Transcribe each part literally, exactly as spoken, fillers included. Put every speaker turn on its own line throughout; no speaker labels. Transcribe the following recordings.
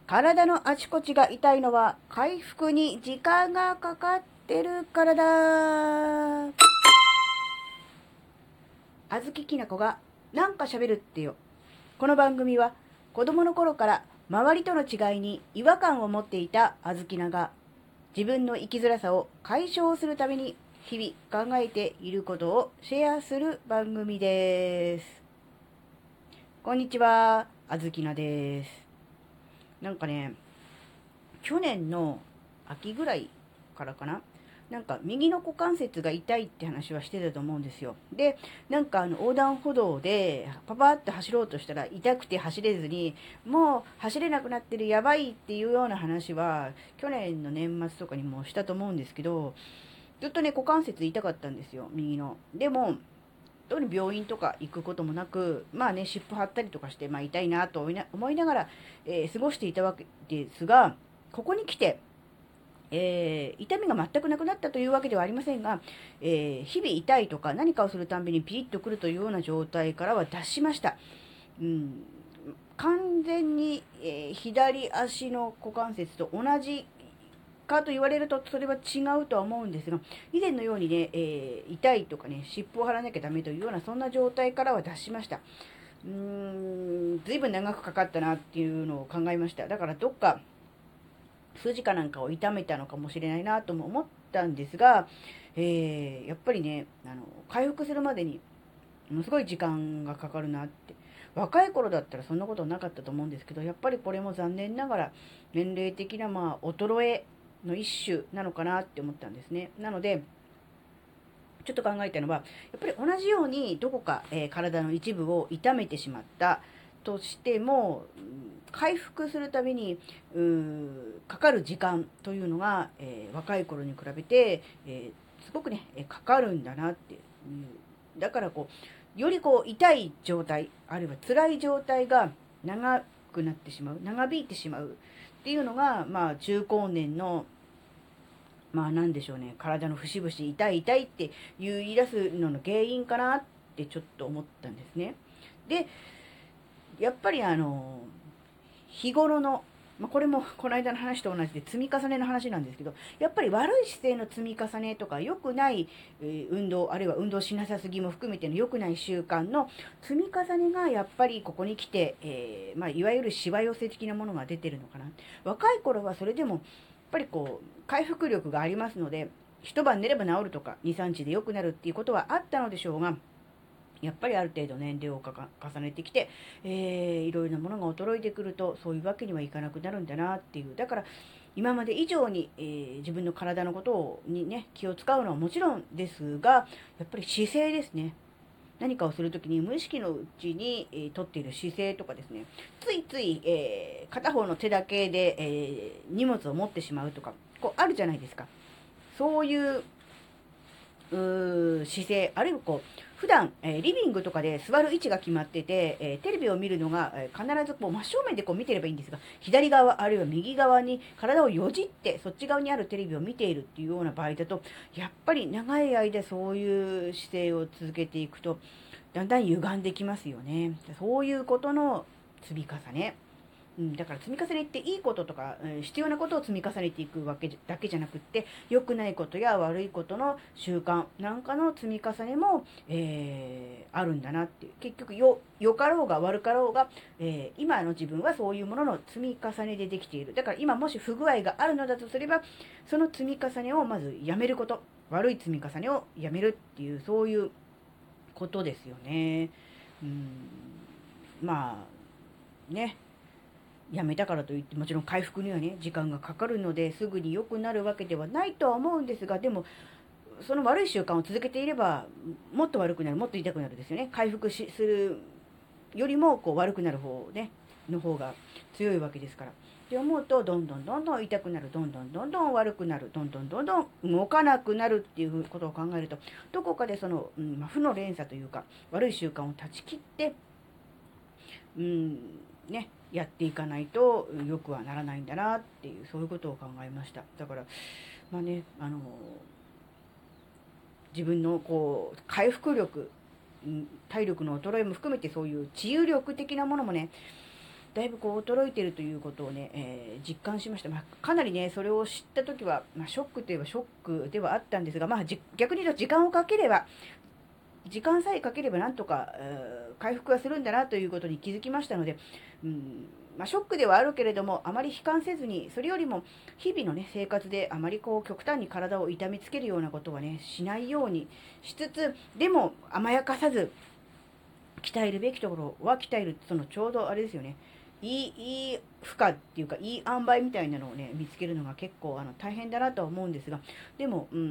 体のあちこちが痛いのは回復に時間がかかってるからだ。あずききなこがなんか喋るってよ。この番組は子供の頃から周りとの違いに違和感を持っていたあずきなが自分の生きづらさを解消するために日々考えていることをシェアする番組です。こんにちは、あずきなです。なんかね、去年の秋ぐらいからかな、なんか右の股関節が痛いって話はしてたと思うんですよ。で、なんかあの横断歩道でパパって走ろうとしたら痛くて走れずに、もう走れなくなってる、やばいっていうような話は去年の年末とかにもしたと思うんですけど、ずっとね股関節痛かったんですよ、右の。でも特に病院とか行くこともなく、まあね、湿布貼ったりとかして、まあ痛いなと思いながら、えー過ごしていたわけですが、ここに来て、えー痛みが全くなくなったというわけではありませんが、えー日々痛いとか何かをするたんびにピリッとくるというような状態からは脱しました。うん、完全に、えー左足の股関節と同じかと言われるとそれは違うとは思うんですが、以前のようにね、えー痛いとかね、湿布を貼らなきゃダメというようなそんな状態からは脱しました。うーん、ずいぶん長くかかったなっていうのを考えました。だからどっか筋かなんかを痛めたのかもしれないなとも思ったんですが、えーやっぱりね、あの回復するまでにものすごい時間がかかるなって。若い頃だったらそんなことなかったと思うんですけど、やっぱりこれも残念ながら年齢的なまあ衰えの一種なのかなって思ったんですね。なので、ちょっと考えたのは、やっぱり同じようにどこか、えー体の一部を痛めてしまったとしても、回復するためにうーかかる時間というのが、えー若い頃に比べて、えーすごくね、えーかかるんだなっていう。だからこう、よりこう痛い状態、あるいは辛い状態が長くなってしまう、長引いてしまうっていうのが、まあ中高年のまあなんでしょうね、体の節々痛い痛いって言い出すのの原因かなってちょっと思ったんですね。で、やっぱりあの、日頃の、まあ、これもこの間の話と同じで積み重ねの話なんですけど、やっぱり悪い姿勢の積み重ねとか良くない、えー運動、あるいは運動しなさすぎも含めての良くない習慣の積み重ねがやっぱりここに来て、えーまあ、いわゆるしわ寄せ的なものが出てるのかな。若い頃はそれでもやっぱりこう回復力がありますので、一晩寝れば治るとかに、さんにちで良くなるっていうことはあったのでしょうが、やっぱりある程度年齢を重ねてきて、えー、いろいろなものが衰えてくると、そういうわけにはいかなくなるんだなっていう。だから、今まで以上に、えー自分の体のことをにね、気を使うのはもちろんですが、やっぱり姿勢ですね。何かをするときに無意識のうちに、えー、とっている姿勢とかですね、ついつい、えー片方の手だけで、えー荷物を持ってしまうとか、こうあるじゃないですか。そういううー姿勢、あるいはこう、普段、えーリビングとかで座る位置が決まってて、えーテレビを見るのが、えー必ずこう真正面でこう見てればいいんですが、左側あるいは右側に体をよじってそっち側にあるテレビを見ているっていうような場合だと、やっぱり長い間そういう姿勢を続けていくと、だんだん歪んできますよね。そういうことの積み重ね。うん、だから積み重ねっていいこととか、うん必要なことを積み重ねていくわけだけじゃなくって、良くないことや悪いことの習慣なんかの積み重ねも、えーあるんだなっていう。結局よ、良かろうが悪かろうが、えー今の自分はそういうものの積み重ねでできている。だから今もし不具合があるのだとすれば、その積み重ねをまずやめること。悪い積み重ねをやめるっていう、そういうことですよね。うん、まあ、ね。やめたからといってもちろん回復にはね時間がかかるのですぐに良くなるわけではないとは思うんですが、でもその悪い習慣を続けていればもっと悪くなる、もっと痛くなるですよね。回復しするよりもこう悪くなる方ねの方が強いわけですから。って思うとどんどんどんどん痛くなる、どんどんどんどん悪くなる、どんどんどんどん動かなくなるっていうことを考えると、どこかでその、うんまあ、負の連鎖というか悪い習慣を断ち切ってうんね、やっていかないとよくはならないんだなっていう、そういうことを考えました。だからまあね、あの自分のこう回復力、体力の衰えも含めてそういう治癒力的なものもね、 だいぶこう衰えているということをね、えー、実感しました。まあ、かなりね、それを知ったときは、まあ、ショックといえばショックではあったんですが、まあ、逆に言うと時間をかければ、時間さえかければなんとか、えー、回復はするんだなということに気づきましたので、うんまあ、ショックではあるけれども、あまり悲観せずに、それよりも日々の、ね、生活であまりこう極端に体を痛めつけるようなことは、ね、しないようにしつつ、でも甘やかさず、鍛えるべきところは鍛える、そのちょうどあれですよね。いい、いい負荷っていうか、いい塩梅みたいなのをね、見つけるのが結構あの大変だなとは思うんですが、でも、うん、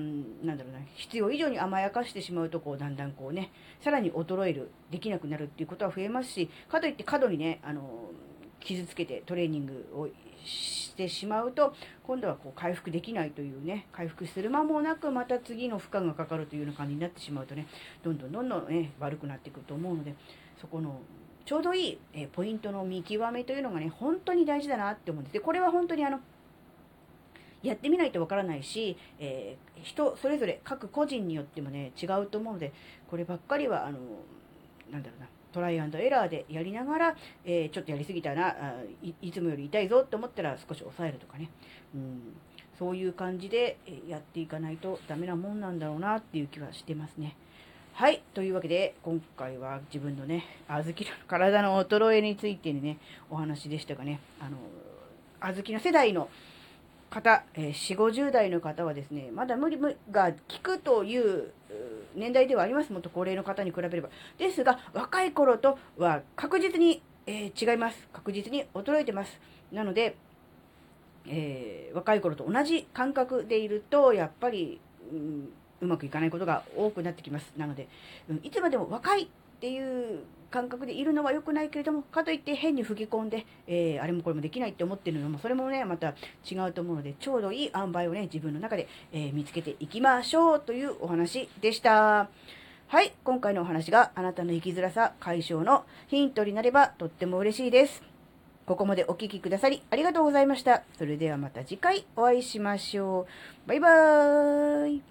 なんだろうな、必要以上に甘やかしてしまうと、こう、だんだんこうね、さらに衰える、できなくなるっていうことは増えますし、かといって過度にね、あの、傷つけてトレーニングをしてしまうと、今度はこう回復できないというね、回復する間もなく、また次の負荷がかかるというような感じになってしまうとね、どんどんどんどんね、悪くなっていくと思うので、そこの、ちょうどいい、えー、ポイントの見極めというのがね、本当に大事だなって思うんです。で、これは本当にあの、やってみないとわからないし、えー、人それぞれ各個人によってもね、違うと思うので、こればっかりは、あの、なんだろうな、トライアンドエラーでやりながら、えー、ちょっとやりすぎたなあい、いつもより痛いぞと思ったら少し抑えるとかね、うん、そういう感じでやっていかないとダメなもんなんだろうなっていう気はしてますね。はい。というわけで、今回は自分のね、小豆の体の衰えについてにね、お話でしたがね、あの、小豆の世代の方、えー、よんじゅう、ごじゅう代の方はですね、まだ無理が効くという年代ではあります。もっと高齢の方に比べれば。ですが、若い頃とは確実に、えー、違います。確実に衰えてます。なので、えー、若い頃と同じ感覚でいると、やっぱり、うんうまくいかないことが多くなってきます。なので、うん、いつまでも若いっていう感覚でいるのは良くないけれども、かといって変に吹き込んで、えー、あれもこれもできないって思ってるのも、それもね、また違うと思うので、ちょうどいい塩梅をね、自分の中で、えー、見つけていきましょうというお話でした。はい、今回のお話があなたの生きづらさ解消のヒントになればとっても嬉しいです。ここまでお聞きくださりありがとうございました。それではまた次回お会いしましょう。バイバーイ。